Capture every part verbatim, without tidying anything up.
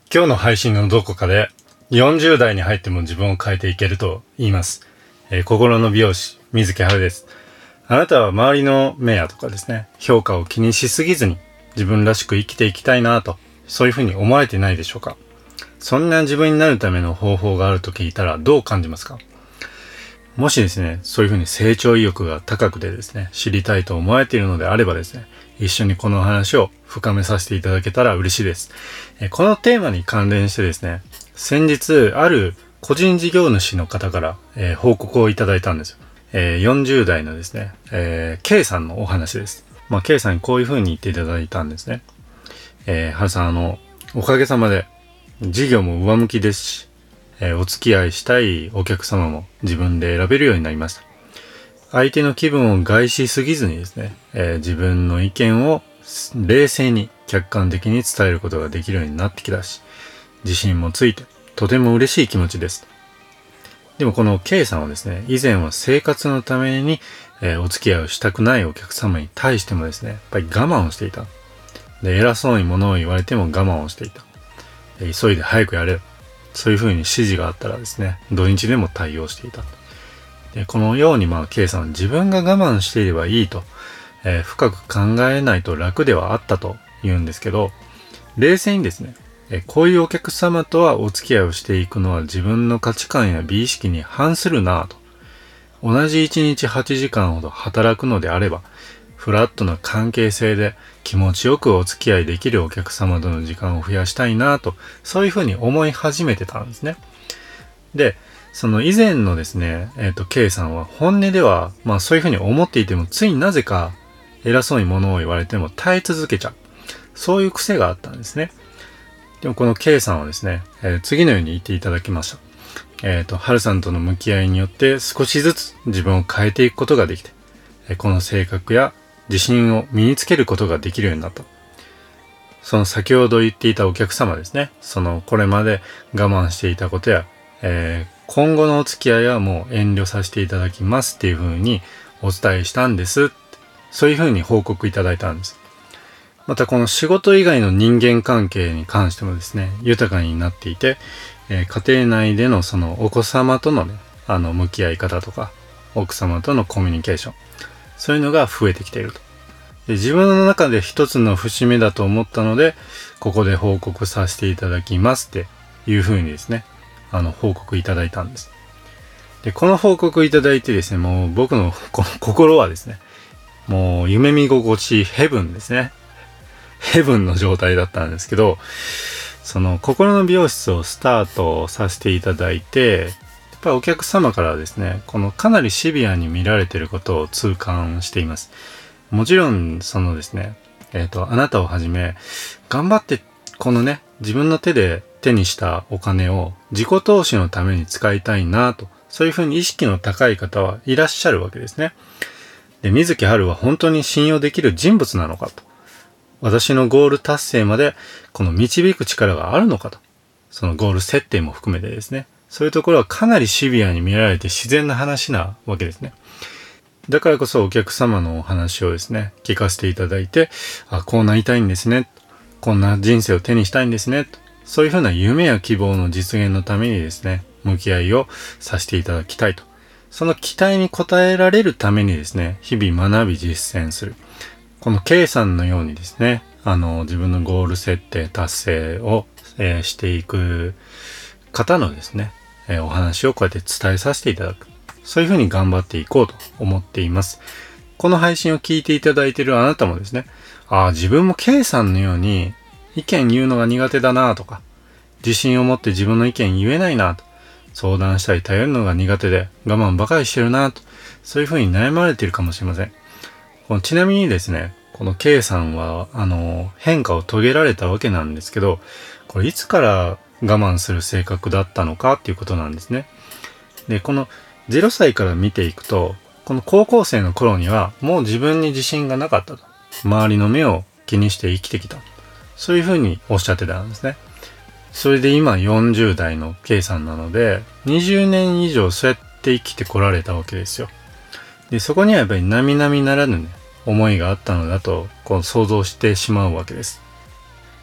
今日の配信のどこかでよんじゅう代に入っても自分を変えていけると言います。えー、心の美容師、水木春です。あなたは周りの目やとかですね、評価を気にしすぎずに自分らしく生きていきたいなと、そういうふうに思われてないでしょうか？そんな自分になるための方法があると聞いたらどう感じますか？もしですね、そういうふうに成長意欲が高くてですね、知りたいと思われているのであればですね、一緒にこの話を深めさせていただけたら嬉しいです。えこのテーマに関連してですね、先日ある個人事業主の方から、えー、報告をいただいたんですよ。えー、よんじゅう代のですね、えー、K さんのお話です。まあ、K さんにこういうふうに言っていただいたんですね。えー、はるさん、あの、おかげさまで事業も上向きですし、えー、お付き合いしたいお客様も自分で選べるようになりました。相手の気分を害しすぎずにですね、えー、自分の意見を冷静に客観的に伝えることができるようになってきたし、自信もついてとても嬉しい気持ちです。でもこの K さんはですね、以前は生活のために、えー、お付き合いをしたくないお客様に対してもですね、やっぱり我慢をしていた。で、偉そうに物を言われても我慢をしていた。で、急いで早くやれ。そういうふうに指示があったらですね、土日でも対応していた。で、このようにまあ K さんは自分が我慢していればいいと、えー、深く考えないと楽ではあったと言うんですけど、冷静にですね、えー、こういうお客様とはお付き合いをしていくのは自分の価値観や美意識に反するなぁと。同じいちにちはちじかんほど働くのであれば、フラットな関係性で気持ちよくお付き合いできるお客様との時間を増やしたいなぁと、そういうふうに思い始めてたんですね。で、その以前のですね、えっと、K さんは本音では、まあそういうふうに思っていても、ついなぜか偉そうに物を言われても耐え続けちゃう。そういう癖があったんですね。でもこの K さんはですね、えー、次のように言っていただきました。えっと、はるさんとの向き合いによって少しずつ自分を変えていくことができて、えー、この性格や自信を身につけることができるようになった。その先ほど言っていたお客様ですね、そのこれまで我慢していたことや、えー今後のお付き合いはもう遠慮させていただきますっていう風にお伝えしたんです。そういう風に報告いただいたんです。またこの仕事以外の人間関係に関してもですね、豊かになっていて、えー、家庭内でのそのお子様とのね、あの向き合い方とか、奥様とのコミュニケーション、そういうのが増えてきていると。で、自分の中で一つの節目だと思ったので、ここで報告させていただきますっていう風にですね、あの、報告いただいたんです。で、この報告いただいてですね、もう僕のこの心はですね、もう夢見心地ヘブンですね。ヘブンの状態だったんですけど、その心の美容室をスタートさせていただいて、やっぱりお客様からはですね、このかなりシビアに見られていることを痛感しています。もちろん、そのですね、えっと、あなたをはじめ、頑張ってこのね、自分の手で手にしたお金を自己投資のために使いたいなと、そういうふうに意識の高い方はいらっしゃるわけですね。で、水木春は本当に信用できる人物なのかと。私のゴール達成までこの導く力があるのかと。そのゴール設定も含めてですね。そういうところはかなりシビアに見られて自然な話なわけですね。だからこそお客様のお話をですね、聞かせていただいて、あ、こうなりたいんですね。こんな人生を手にしたいんですね。そういうふうな夢や希望の実現のためにですね、向き合いをさせていただきたいと。その期待に応えられるためにですね、日々学び実践する。この K さんのようにですね、あの、自分のゴール設定達成を、えー、していく方のですね、えー、お話をこうやって伝えさせていただく。そういうふうに頑張っていこうと思っています。この配信を聞いていただいているあなたもですね、ああ、自分も K さんのように意見言うのが苦手だなとか、自信を持って自分の意見言えないなと、相談したり頼るのが苦手で我慢ばかりしてるなと、そういうふうに悩まれているかもしれません。このちなみにですね、この K さんは、あの、変化を遂げられたわけなんですけど、これいつから我慢する性格だったのかっていうことなんですね。で、このゼロさいから見ていくと、この高校生の頃にはもう自分に自信がなかったと。周りの目を気にして生きてきた。そういうふうにおっしゃってたんですね。それで今よんじゅう代の K さんなので、にじゅうねん以上そうやって生きてこられたわけですよ。で、そこにはやっぱり並々ならぬね、思いがあったのだと、こう想像してしまうわけです。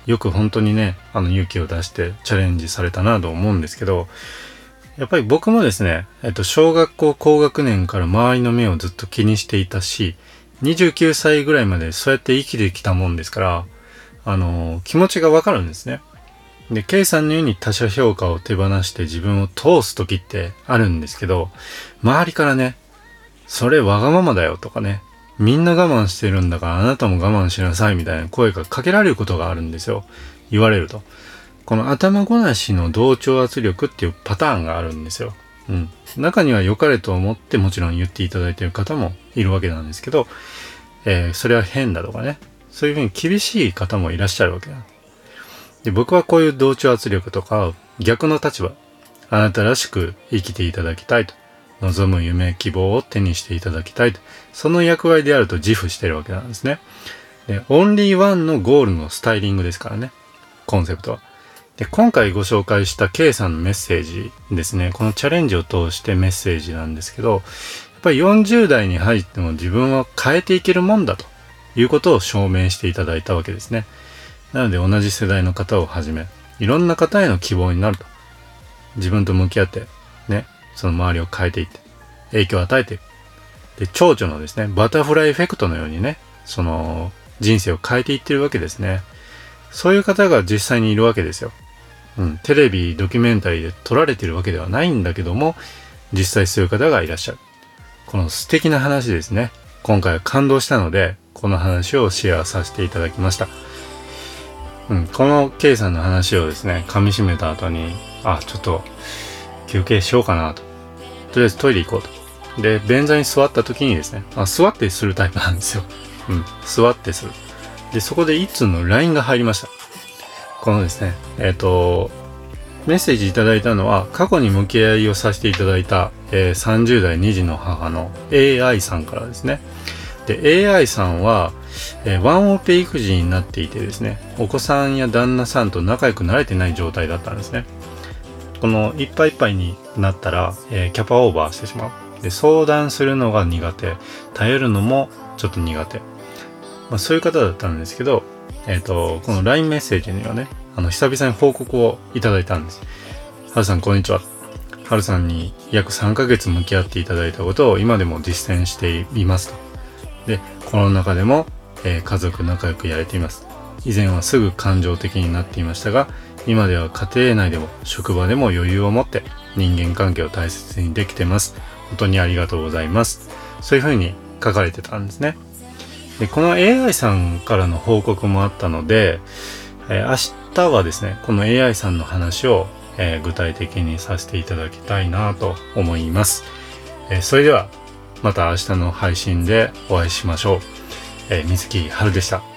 よく本当にね、あの勇気を出してチャレンジされたなと思うんですけど、やっぱり僕もですね、えっと、小学校高学年から周りの目をずっと気にしていたし、にじゅうきゅうさいぐらいまでそうやって生きてきたもんですから、あのー、気持ちがわかるんですね。で、K さんのように他者評価を手放して自分を通す時ってあるんですけど、周りからね、それわがままだよとかね、みんな我慢してるんだからあなたも我慢しなさいみたいな声がかけられることがあるんですよ。言われると。この頭ごなしの同調圧力っていうパターンがあるんですよ。うん。中には良かれと思ってもちろん言っていただいている方もいるわけなんですけど、えー、それは変だとかね。そういうふうに厳しい方もいらっしゃるわけだ。で、僕はこういう同調圧力とか逆の立場、あなたらしく生きていただきたいと。望む夢、希望を手にしていただきたいと。その役割であると自負しているわけなんですね。で、オンリーワンのゴールのスタイリングですからね。コンセプトは。で、今回ご紹介した K さんのメッセージですね。このチャレンジを通してメッセージなんですけど、やっぱりよんじゅう代に入っても自分は変えていけるもんだということを証明していただいたわけですね。なので同じ世代の方をはじめ、いろんな方への希望になると。自分と向き合って、ね、その周りを変えていって、影響を与えていく。で、蝶々のですね、バタフライエフェクトのようにね、その人生を変えていってるわけですね。そういう方が実際にいるわけですよ。うん、テレビ、ドキュメンタリーで撮られてるわけではないんだけども、実際そういう方がいらっしゃる。この素敵な話ですね。今回は感動したので、この話をシェアさせていただきました。うん、この K さんの話をですね、噛み締めた後に、あ、ちょっと休憩しようかなと。とりあえずトイレ行こうと。で、便座に座った時にですね、あ、座ってするタイプなんですよ。うん、座ってする。で、そこで一通の ライン が入りました。このですね、えっと、メッセージいただいたのは、過去に向き合いをさせていただいた、えー、さんじゅう代に児の母の エーアイ さんからですね。で、エーアイ さんは、えー、ワンオペ育児になっていてですね、お子さんや旦那さんと仲良くなれてない状態だったんですね。このいっぱいいっぱいになったら、えー、キャパオーバーしてしまう。で、相談するのが苦手。頼るのもちょっと苦手。まあ、そういう方だったんですけど、えっと、この ライン メッセージにはね、あの、久々に報告をいただいたんです。はるさん、こんにちは。はるさんに約さんかげつ向き合っていただいたことを今でも実践していますと。で、この中でも、えー、家族仲良くやれています。以前はすぐ感情的になっていましたが、今では家庭内でも職場でも余裕を持って人間関係を大切にできてます。本当にありがとうございます。そういうふうに書かれてたんですね。で、この エーアイ さんからの報告もあったので、えー、明日はですね、この エーアイ さんの話を、えー、具体的にさせていただきたいなと思います。えー、それではまた明日の配信でお会いしましょう。えー、水木春でした。